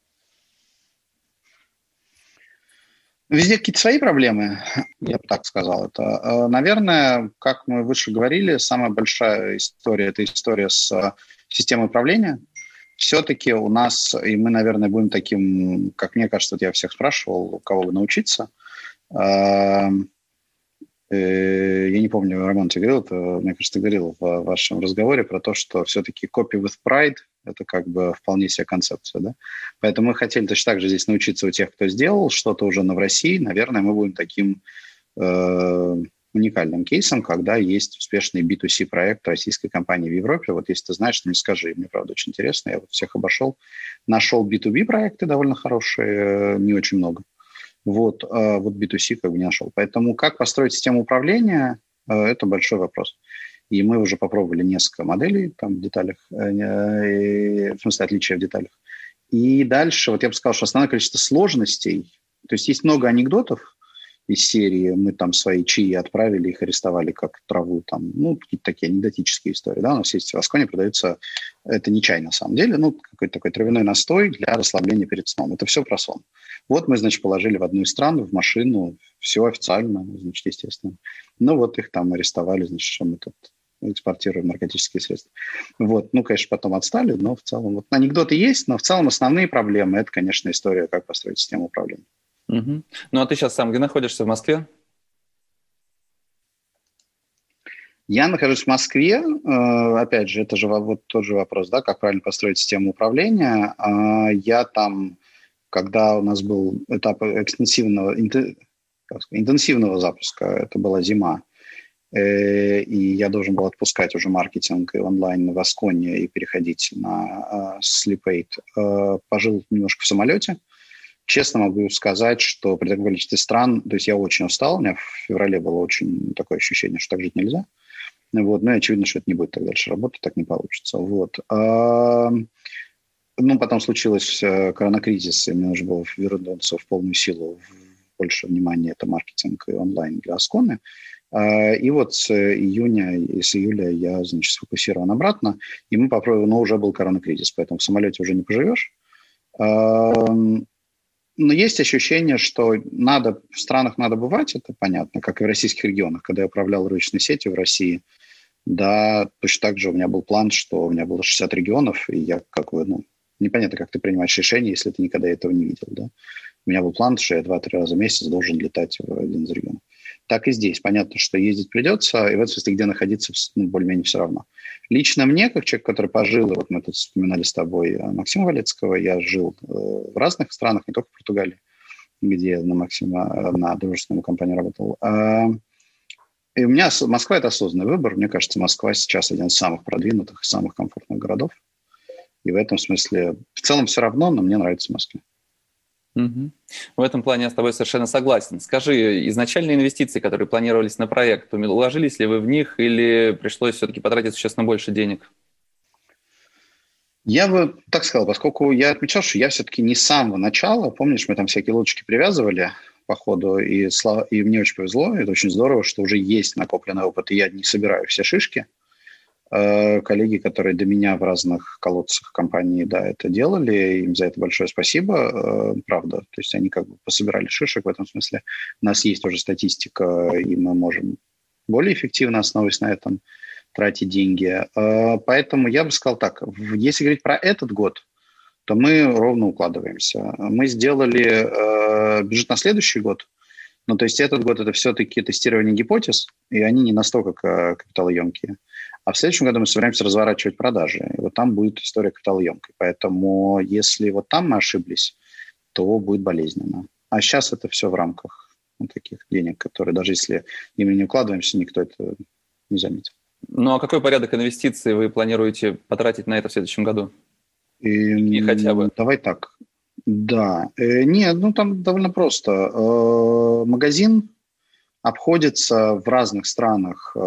Везде какие-то свои проблемы, я бы так сказал. Это, наверное, как мы выше говорили, самая большая история – это история с системой управления. Все-таки у нас, и мы, наверное, будем таким, как мне кажется, вот я всех спрашивал, у кого бы научиться. Я не помню, Роман, ты говорил, мне кажется, ты говорил в вашем разговоре про то, что все-таки copy with pride – это как бы вполне себе концепция, да? Поэтому мы хотели точно так же здесь научиться у тех, кто сделал что-то уже в России. Наверное, мы будем таким уникальным кейсом, когда есть успешный B2C проект российской компании в Европе. Вот если ты знаешь, то мне скажи, мне, правда, очень интересно. Я вот всех обошел. Нашел B2B проекты довольно хорошие, не очень много. Вот B2C как бы не нашел. Поэтому как построить систему управления, это большой вопрос. И мы уже попробовали несколько моделей там в деталях, в смысле отличия в деталях. И дальше, вот я бы сказал, что основное количество сложностей, то есть есть много анекдотов из серии, мы там свои чаи отправили, их арестовали как траву, там, ну, какие-то такие анекдотические истории, да, у нас есть в Асконе продается, это не чай на самом деле, ну, какой-то такой травяной настой для расслабления перед сном, это все про сон. Вот мы, значит, положили в одну из стран, в машину, все официально, значит, естественно. Ну, вот их там арестовали, значит, что мы тут экспортируем наркотические средства. Вот, ну, конечно, потом отстали, но в целом, вот анекдоты есть, но в целом основные проблемы, это, конечно, история, как построить систему управления. Угу. Ну, а ты сейчас сам где находишься, в Москве? Я нахожусь в Москве. Опять же, это же вот тот же вопрос, да, как правильно построить систему управления. Я там, когда у нас был этап интенсивного запуска, это была зима, и я должен был отпускать уже маркетинг и онлайн в Асконе и переходить на Sleep8. Пожил немножко в самолете. Честно могу сказать, что при таком количестве стран, то есть я очень устал, у меня в феврале было очень такое ощущение, что так жить нельзя. Вот, но очевидно, что это не будет так дальше работать, так не получится. Вот. Ну, потом случилось коронакризис, и мне нужно было вернуться в полную силу, больше внимания, это маркетинг и онлайн для Асконы. И вот с июня и с июля я, значит, сфокусирован обратно, и мы попробуем, но уже был коронакризис, поэтому в самолете уже не поживешь. Но есть ощущение, что в странах надо бывать, это понятно, как и в российских регионах. Когда я управлял рыночной сетью в России, да, точно так же у меня был план, что у меня было 60 регионов, и я непонятно, как ты принимаешь решение, если ты никогда этого не видел, да. У меня был план, что я 2-3 раза в месяц должен летать в один из регионов. Так и здесь. Понятно, что ездить придется, и в этом смысле, где находиться, более-менее все равно. Лично мне, как человек, который пожил, и вот мы тут вспоминали с тобой Максима Валецкого, я жил в разных странах, не только в Португалии, где на дружественную компанию работал. И у меня Москва – это осознанный выбор. Мне кажется, Москва сейчас один из самых продвинутых и самых комфортных городов. И в этом смысле в целом все равно, но мне нравится Москва. Угу. В этом плане я с тобой совершенно согласен. Скажи, изначальные инвестиции, которые планировались на проект, уложились ли вы в них или пришлось все-таки потратить существенно больше денег? Я бы так сказал, поскольку я отмечал, что я все-таки не с самого начала, помнишь, мы там всякие лодочки привязывали по ходу, и мне очень повезло, это очень здорово, что уже есть накопленный опыт, и я не собираю все шишки. Коллеги, которые до меня в разных колодцах компании, да, это делали, им за это большое спасибо, правда. То есть они как бы пособирали шишек в этом смысле. У нас есть уже статистика, и мы можем более эффективно, основываясь на этом, тратить деньги. Поэтому я бы сказал так, если говорить про этот год, то мы ровно укладываемся. Мы сделали бюджет на следующий год, ну, то есть этот год это все-таки тестирование гипотез, и они не настолько капиталоемкие. А в следующем году мы собираемся разворачивать продажи. И вот там будет история капиталоемкой. Поэтому если вот там мы ошиблись, то будет болезненно. А сейчас это все в рамках таких денег, которые даже если ими не укладываемся, никто это не заметит. Ну, а какой порядок инвестиций вы планируете потратить на это в следующем году? И хотя бы. Давай так. Да. Нет, ну там довольно просто. Магазин обходится в разных странах.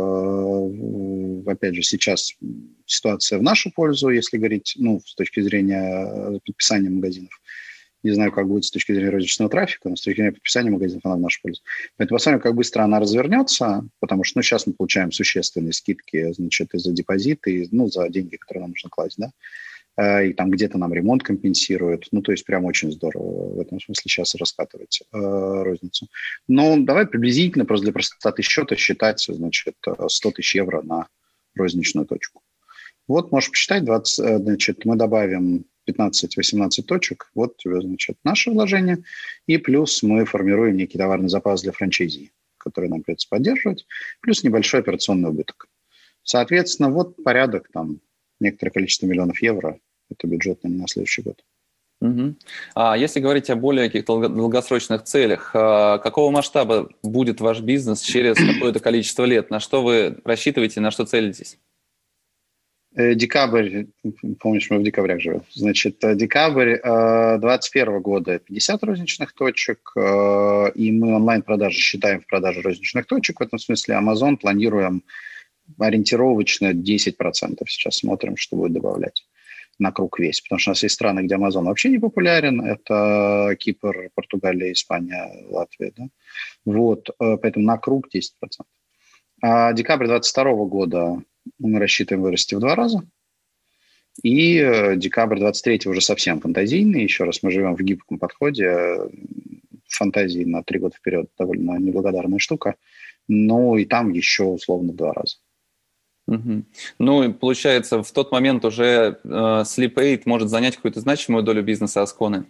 Опять же, сейчас ситуация в нашу пользу, если говорить, ну, с точки зрения подписания магазинов. Не знаю, как будет с точки зрения розничного трафика, но с точки зрения подписания магазинов она в нашу пользу. Поэтому посмотрим, как быстро она развернется, потому что, ну, сейчас мы получаем существенные скидки, значит, и за депозиты, и, ну, за деньги, которые нам нужно класть, да. И там где-то нам ремонт компенсируют. Ну, то есть прям очень здорово в этом смысле сейчас раскатывать розницу. Но давай приблизительно, просто для простоты счета, считать, значит, 100 тысяч евро на розничную точку. Вот, можешь посчитать, 20, значит, мы добавим 15-18 точек, вот тебе, значит, наше вложение, и плюс мы формируем некий товарный запас для франчайзи, который нам придется поддерживать, плюс небольшой операционный убыток. Соответственно, вот порядок там, некоторое количество миллионов евро. Это бюджет на следующий год. Угу. А если говорить о более каких-то долгосрочных целях, какого масштаба будет ваш бизнес через какое-то количество лет? На что вы рассчитываете, на что целитесь? Декабрь, помнишь, мы в декабрях живем. Значит, декабрь 2021 года 50 розничных точек, и мы онлайн-продажи считаем в продаже розничных точек. В этом смысле Amazon планируем ориентировочно 10%. Сейчас смотрим, что будет добавлять на круг весь. Потому что у нас есть страны, где Amazon вообще не популярен. Это Кипр, Португалия, Испания, Латвия. Да? Вот, поэтому на круг 10%. А декабрь 2022 года мы рассчитываем вырасти в 2 раза. И декабрь 2023 уже совсем фантазийный. Еще раз, мы живем в гибком подходе. Фантазии на 3 года вперед довольно неблагодарная штука. Ну и там еще условно в 2 раза. Угу. Ну, и получается, в тот момент уже Sleep8 может занять какую-то значимую долю бизнеса Ascona?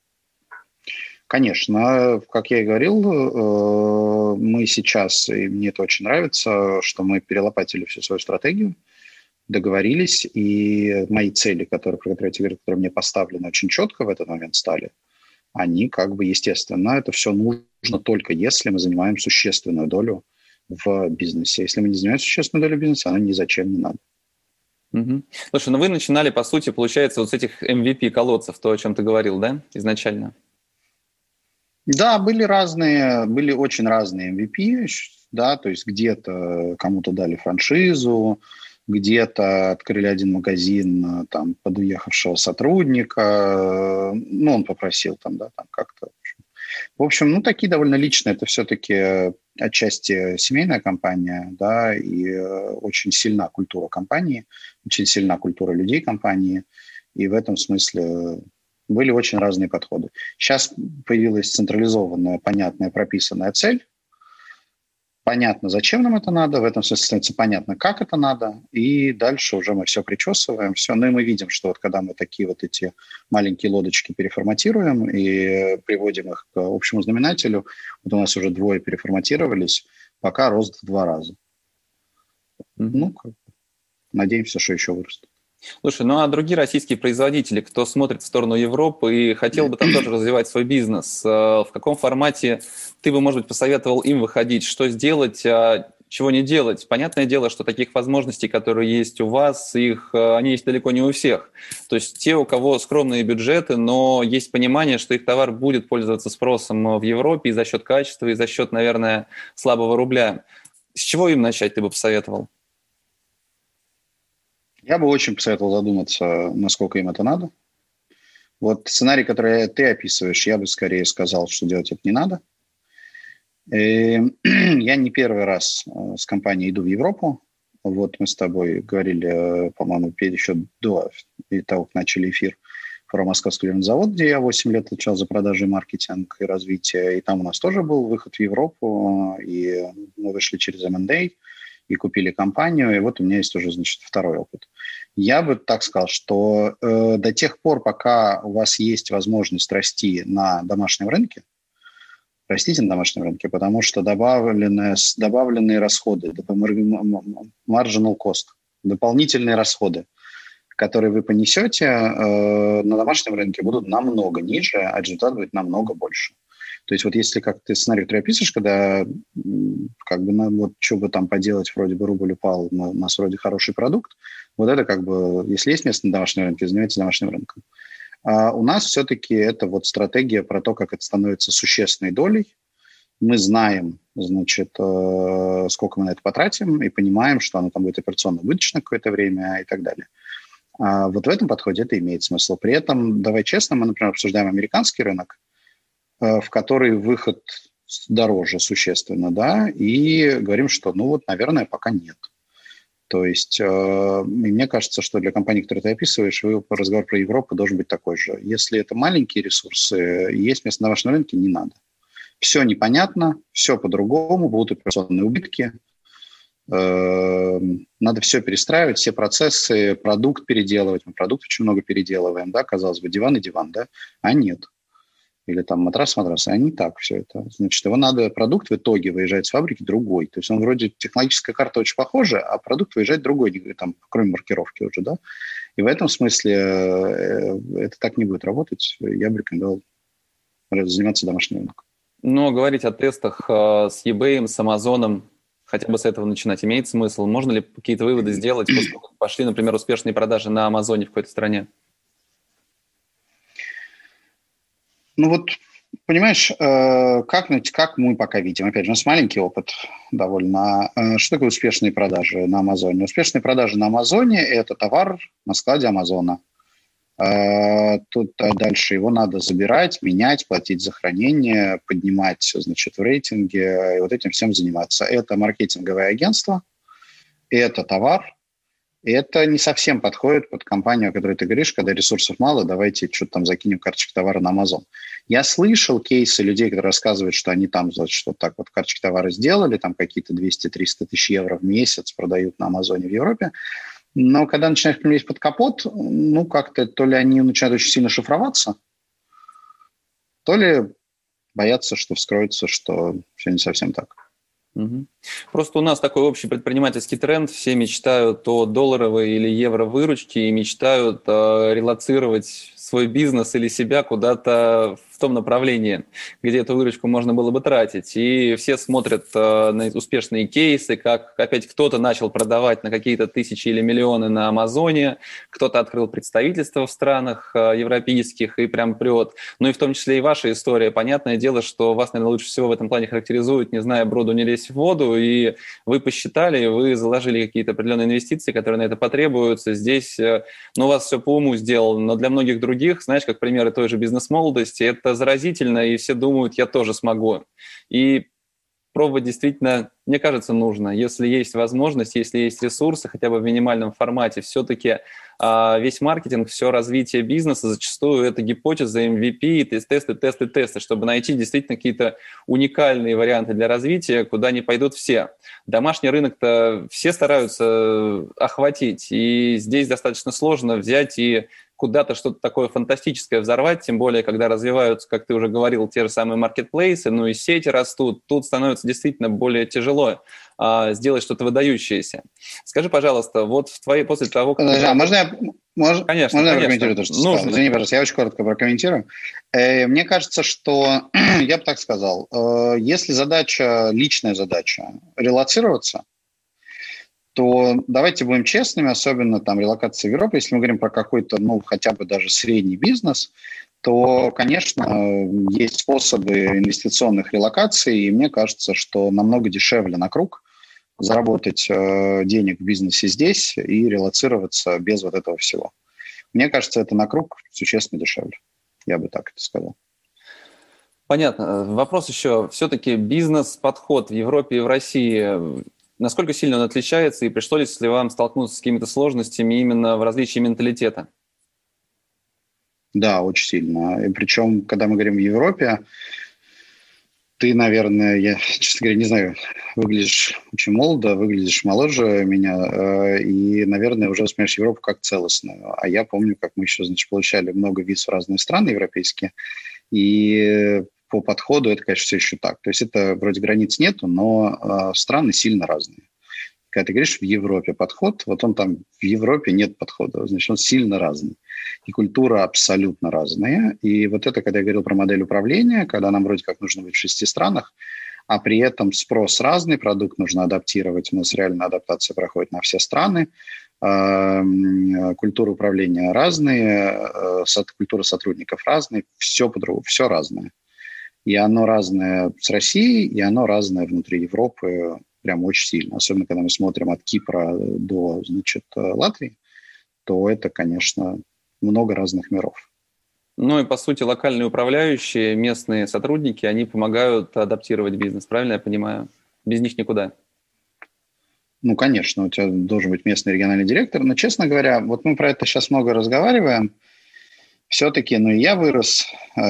Конечно. Как я и говорил, мы сейчас, и мне это очень нравится, что мы перелопатили всю свою стратегию, договорились, и мои цели, про которые я тебе говорю, которые мне поставлены очень четко в этот момент стали, они как бы, естественно, это все нужно только если мы занимаем существенную долю в бизнесе. Если мы не занимаем существенную долю бизнеса, она ни зачем не надо. Угу. Слушай, ну вы начинали, по сути, получается, вот с этих MVP-колодцев, то, о чем ты говорил, да, изначально? Да, были очень разные MVP, да, то есть где-то кому-то дали франшизу, где-то открыли один магазин там под уехавшего сотрудника, ну, он попросил там, да, там как-то. В общем, ну, такие довольно личные, это все-таки отчасти семейная компания, да, и очень сильна культура компании, очень сильна культура людей компании, и в этом смысле были очень разные подходы. Сейчас появилась централизованная, понятная, прописанная цель. Понятно, зачем нам это надо, в этом смысле становится понятно, как это надо, и дальше уже мы все причесываем, все. Ну и мы видим, что вот когда мы такие вот эти маленькие лодочки переформатируем и приводим их к общему знаменателю, вот у нас уже 2 переформатировались, пока рост в 2 раза. Ну, надеемся, что еще вырастут. Слушай, ну а другие российские производители, кто смотрит в сторону Европы и хотел бы там тоже развивать свой бизнес, в каком формате ты бы, может быть, посоветовал им выходить, что сделать, а чего не делать? Понятное дело, что таких возможностей, которые есть у вас, они есть далеко не у всех. То есть те, у кого скромные бюджеты, но есть понимание, что их товар будет пользоваться спросом в Европе и за счет качества, и за счет, наверное, слабого рубля. С чего им начать, ты бы посоветовал? Я бы очень посоветовал задуматься, насколько им это надо. Вот сценарий, который ты описываешь, я бы скорее сказал, что делать это не надо. Я не первый раз с компанией иду в Европу. Вот мы с тобой говорили, по-моему, еще до того, как начали эфир, про Московский завод, где я 8 лет отвечал за продажи, маркетинг и развитие. И там у нас тоже был выход в Европу, и мы вышли через M&A и купили компанию. И вот у меня есть уже, значит, второй опыт. Я бы так сказал, что до тех пор, пока у вас есть возможность расти на домашнем рынке, растите на домашнем рынке, потому что добавленные расходы, marginal cost, дополнительные расходы, которые вы понесете на домашнем рынке, будут намного ниже, а результат будет намного больше. То есть вот если как ты сценарий, который описываешь, когда как бы вот что бы там поделать, вроде бы рубль упал, но у нас вроде хороший продукт, вот это как бы, если есть место на домашнем рынке, занимайтесь домашним рынком. А у нас все-таки это вот стратегия про то, как это становится существенной долей. Мы знаем, значит, сколько мы на это потратим, и понимаем, что оно там будет операционно убыточно какое-то время и так далее. А вот в этом подходе это имеет смысл. При этом, давай честно, мы, например, обсуждаем американский рынок, в который выход дороже существенно, да, и говорим, что, ну вот, наверное, пока нет. То есть, и мне кажется, что для компаний, которые ты описываешь, разговор про Европу должен быть такой же. Если это маленькие ресурсы, есть место на вашем рынке, не надо. Все непонятно, все по-другому, будут операционные убытки, надо все перестраивать, все процессы, продукт переделывать. Мы продукт очень много переделываем, да, казалось бы, диван и диван, да, а нет. Или там матрас, а не так все это. Значит, его надо, продукт в итоге выезжает с фабрики другой. То есть он вроде, технологическая карта очень похожа, а продукт выезжает другой, там, кроме маркировки уже, да. И в этом смысле это так не будет работать. Я бы рекомендовал заниматься домашним рынком. Но говорить о тестах с eBay, с Amazon, хотя бы с этого начинать, имеет смысл? Можно ли какие-то выводы сделать, после того, как пошли, например, успешные продажи на Амазоне в какой-то стране? Ну вот, понимаешь, как мы пока видим? Опять же, у нас маленький опыт довольно. Что такое успешные продажи на Амазоне? Успешные продажи на Амазоне – это товар на складе Амазона. Тут дальше его надо забирать, менять, платить за хранение, поднимать, значит, в рейтинге и вот этим всем заниматься. Это маркетинговое агентство, это товар. И это не совсем подходит под компанию, о которой ты говоришь, когда ресурсов мало, давайте что-то там закинем карточки товара на Amazon. Я слышал кейсы людей, которые рассказывают, что они там, значит, вот так вот карточки товара сделали, там какие-то 200-300 тысяч евро в месяц продают на Амазоне в Европе. Но когда начинаешь лезть под капот, ну, как-то то ли они начинают очень сильно шифроваться, то ли боятся, что вскроется, что все не совсем так. Угу. Просто у нас такой общий предпринимательский тренд. Все мечтают о долларовой или евро выручке и мечтают релоцировать свой бизнес или себя куда-то в том направлении, где эту выручку можно было бы тратить. И все смотрят на успешные кейсы, как опять кто-то начал продавать на какие-то тысячи или миллионы на Амазоне, кто-то открыл представительство в странах европейских и прям прет. Ну и в том числе и ваша история. Понятное дело, что вас, наверное, лучше всего в этом плане характеризует, не зная броду, не лезь в воду, и вы посчитали, вы заложили какие-то определенные инвестиции, которые на это потребуются. Здесь, ну, у вас все по уму сделано, но для многих других, знаешь, как примеры той же бизнес-молодости, это заразительно, и все думают, я тоже смогу. И пробовать действительно, мне кажется, нужно. Если есть возможность, если есть ресурсы, хотя бы в минимальном формате, все-таки весь маркетинг, все развитие бизнеса зачастую это гипотеза, MVP, тесты, чтобы найти действительно какие-то уникальные варианты для развития, куда не пойдут все. Домашний рынок-то все стараются охватить, и здесь достаточно сложно взять и куда-то что-то такое фантастическое взорвать, тем более, когда развиваются, как ты уже говорил, те же самые маркетплейсы, ну и сети растут, тут становится действительно более тяжело сделать что-то выдающееся. Скажи, пожалуйста, вот в твоей, после того, как... Можно я прокомментирую то, что ты сказал? Извини, пожалуйста, я очень коротко прокомментирую. Мне кажется, что, я бы так сказал, если личная задача, релоцироваться, то давайте будем честными, особенно там релокация в Европу, если мы говорим про какой-то, ну, хотя бы даже средний бизнес, то, конечно, есть способы инвестиционных релокаций, и мне кажется, что намного дешевле на круг заработать денег в бизнесе здесь и релоцироваться без вот этого всего. Мне кажется, это на круг существенно дешевле. Я бы так это сказал. Понятно. Вопрос еще. Все-таки бизнес-подход в Европе и в России Насколько сильно он отличается, и пришлось ли вам столкнуться с какими-то сложностями именно в различии менталитета? Да, очень сильно. И причем, когда мы говорим в Европе, ты, наверное, я, честно говоря, не знаю, выглядишь очень молодо, выглядишь моложе меня, и, наверное, уже воспринимаешь Европу как целостную. А я помню, как мы еще, значит, получали много виз в разные страны европейские, и по подходу это, конечно, все еще так. То есть это вроде границ нету, но страны сильно разные. Когда ты говоришь в Европе подход, вот он там в Европе нет подхода, значит, он сильно разный. И культура абсолютно разная. И вот это, когда я говорил про модель управления, когда нам вроде как нужно быть в 6 странах, а при этом спрос разный, продукт нужно адаптировать, у нас реально адаптация проходит на все страны, культура управления разные, культура сотрудников разная, все по-другому, все разное. И оно разное с Россией, и оно разное внутри Европы прям очень сильно. Особенно, когда мы смотрим от Кипра до, значит, Латвии, то это, конечно, много разных миров. Ну и, по сути, локальные управляющие, местные сотрудники, они помогают адаптировать бизнес, правильно я понимаю? Без них никуда. Ну, конечно, у тебя должен быть местный региональный директор. Но, честно говоря, вот мы про это сейчас много разговариваем. Все-таки, ну, и я вырос,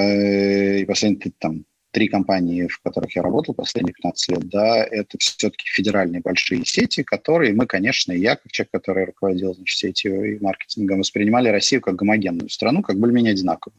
и последние там 3 компании, в которых я работал последние 15 лет, да, это все-таки федеральные большие сети, которые мы, конечно, и я, как человек, который руководил, значит, сетью и маркетингом, воспринимали Россию как гомогенную страну, как более-менее одинаковую.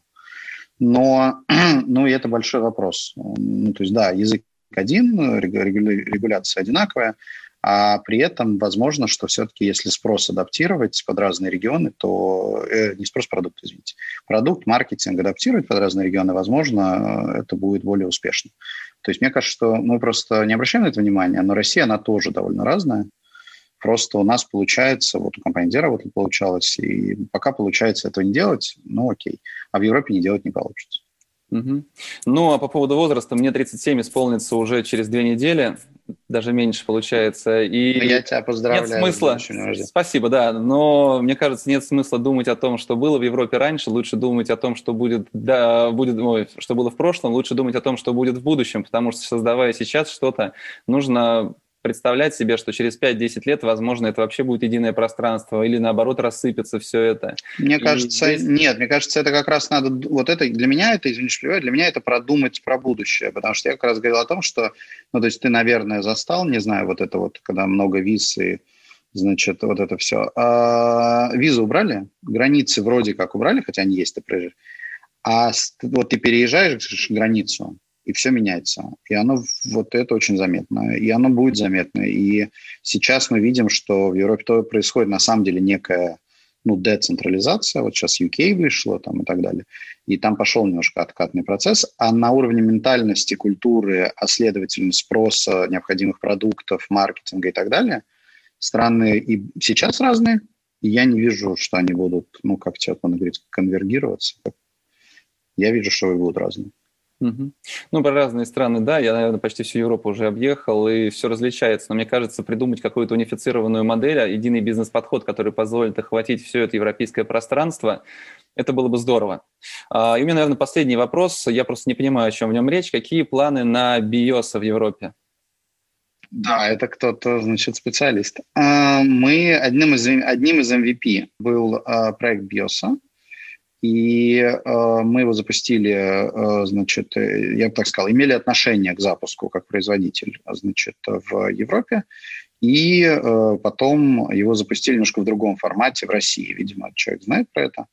Но, ну, и это большой вопрос. Ну, то есть, да, язык один, регуляция одинаковая, а при этом возможно, что все-таки если спрос адаптировать под разные регионы, то не спрос продукта, извините, продукт, маркетинг адаптировать под разные регионы, возможно, это будет более успешно. То есть мне кажется, что мы просто не обращаем на это внимания, но Россия, она тоже довольно разная. Просто у нас получается, вот у компании, где работал, получалось, и пока получается этого не делать, ну окей, а в Европе не делать не получится. Угу. Ну, а по поводу возраста, мне 37 исполнится уже через 2 недели, даже меньше получается. И я тебя поздравляю. Нет смысла, спасибо, да, но мне кажется, нет смысла думать о том, что было в Европе раньше, лучше думать о том, что будет, что было в прошлом, лучше думать о том, что будет в будущем, потому что, создавая сейчас что-то, нужно представлять себе, что через 5-10 лет, возможно, это вообще будет единое пространство, или наоборот рассыпется все это. Мне кажется, нет, мне кажется, это как раз надо, вот это для меня это, извините, для меня это продумать про будущее, потому что я как раз говорил о том, что, ну, то есть ты, наверное, застал, не знаю, вот это вот, когда много виз и, значит, вот это все. Визу убрали, границы вроде как убрали, хотя они есть, ты проезжаешь, а вот ты переезжаешь границу, и все меняется. И оно, вот это очень заметно. И оно будет заметно. И сейчас мы видим, что в Европе то происходит на самом деле некая, ну, децентрализация. Вот сейчас UK вышло там и так далее. И там пошел немножко откатный процесс. А на уровне ментальности, культуры, а следовательно спроса необходимых продуктов, маркетинга и так далее, страны и сейчас разные. И я не вижу, что они будут, ну, как тебе говорить, конвергироваться. Я вижу, что они будут разные. Угу. Ну, про разные страны, да, я, наверное, почти всю Европу уже объехал, и все различается. Но мне кажется, придумать какую-то унифицированную модель, единый бизнес-подход, который позволит охватить все это европейское пространство, это было бы здорово. И у меня, наверное, последний вопрос. Я просто не понимаю, о чем в нем речь. Какие планы на BIOS в Европе? Да, это кто-то, значит, специалист. Мы одним из MVP был проект BIOS. И мы его запустили, значит, я бы так сказал, имели отношение к запуску как производитель, значит, в Европе. И потом его запустили немножко в другом формате в России. Видимо, человек знает про это.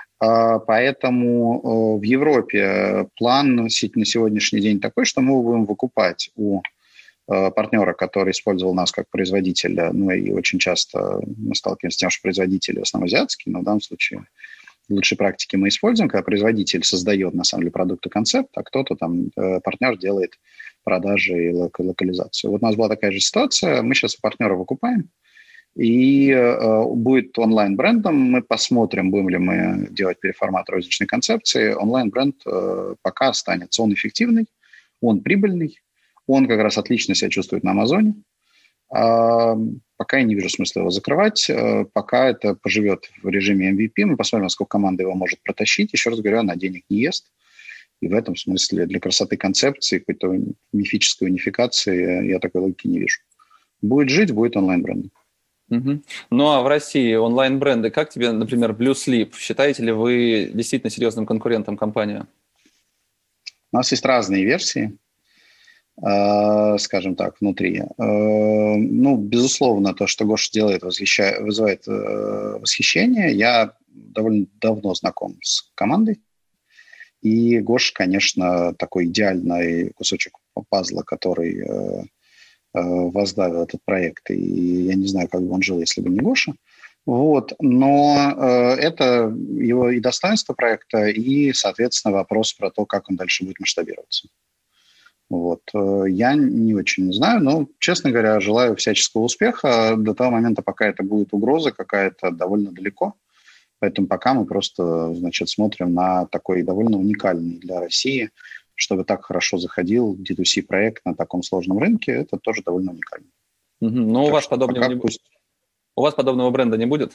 Поэтому в Европе план на сегодняшний день такой, что мы будем выкупать у партнера, который использовал нас как производителя. Ну и очень часто мы сталкиваемся с тем, что производители в основном азиатские, но в данном случае лучшие практики мы используем, когда производитель создает, на самом деле, продукт и концепт, а кто-то там, партнер, делает продажи и локализацию. Вот у нас была такая же ситуация. Мы сейчас у партнера выкупаем, и будет онлайн-брендом. Мы посмотрим, будем ли мы делать переформат розничной концепции. Онлайн-бренд пока останется. Он эффективный, он прибыльный, он как раз отлично себя чувствует на Амазоне. Пока я не вижу смысла его закрывать, пока это поживет в режиме MVP, мы посмотрим, насколько команда его может протащить. Еще раз говорю, она денег не ест, и в этом смысле для красоты концепции, какой-то мифической унификации я такой логики не вижу. Будет жить, будет онлайн-брендом. Угу. Ну а в России онлайн-бренды, как тебе, например, Blue Sleep? Считаете ли вы действительно серьезным конкурентом компанию? У нас есть разные версии, скажем так, внутри. Ну, безусловно, то, что Гоша делает, вызывает восхищение. Я довольно давно знаком с командой. И Гоша, конечно, такой идеальный кусочек пазла, который возглавил этот проект. И я не знаю, как бы он жил, если бы не Гоша. Вот. Но это его и достоинство проекта, и, соответственно, вопрос про то, как он дальше будет масштабироваться. Вот. Я не очень знаю, но, честно говоря, желаю всяческого успеха до того момента, пока это будет угроза какая-то довольно далеко. Поэтому пока мы просто, значит, смотрим на такой довольно уникальный для России, чтобы так хорошо заходил D2C-проект на таком сложном рынке, это тоже довольно уникально. Но у вас подобного не будет? У вас подобного бренда не будет?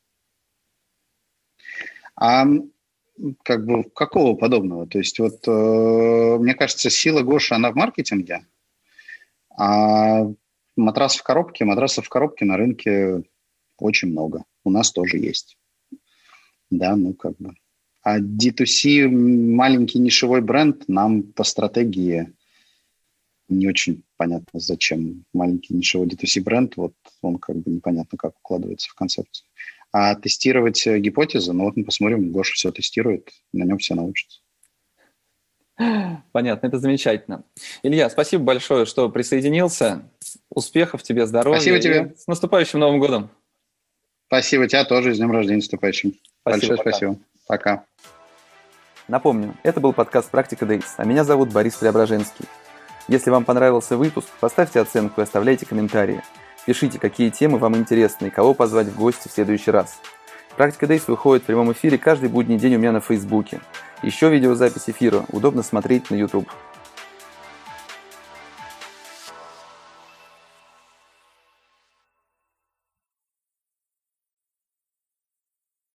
Как бы какого подобного? То есть вот, мне кажется, сила Гоши, она в маркетинге, а матрасов в коробке на рынке очень много. У нас тоже есть. Да, ну как бы. А D2C, маленький нишевой бренд, нам по стратегии не очень понятно, зачем маленький нишевой D2C бренд, вот он как бы непонятно, как укладывается в концепцию. А тестировать гипотезы, ну вот мы посмотрим, Гоша все тестирует, на нем все научатся. Понятно, это замечательно. Илья, спасибо большое, что присоединился. Успехов тебе, здоровья. Спасибо тебе. С наступающим Новым годом. Спасибо, тебя тоже, с днем рождения наступающим. Большое спасибо. Пока. Напомню, это был подкаст «Практика Days», а меня зовут Борис Преображенский. Если вам понравился выпуск, поставьте оценку и оставляйте комментарии. Пишите, какие темы вам интересны и кого позвать в гости в следующий раз. «Практика Days» выходит в прямом эфире каждый будний день у меня на Фейсбуке. Еще видеозапись эфира удобно смотреть на YouTube.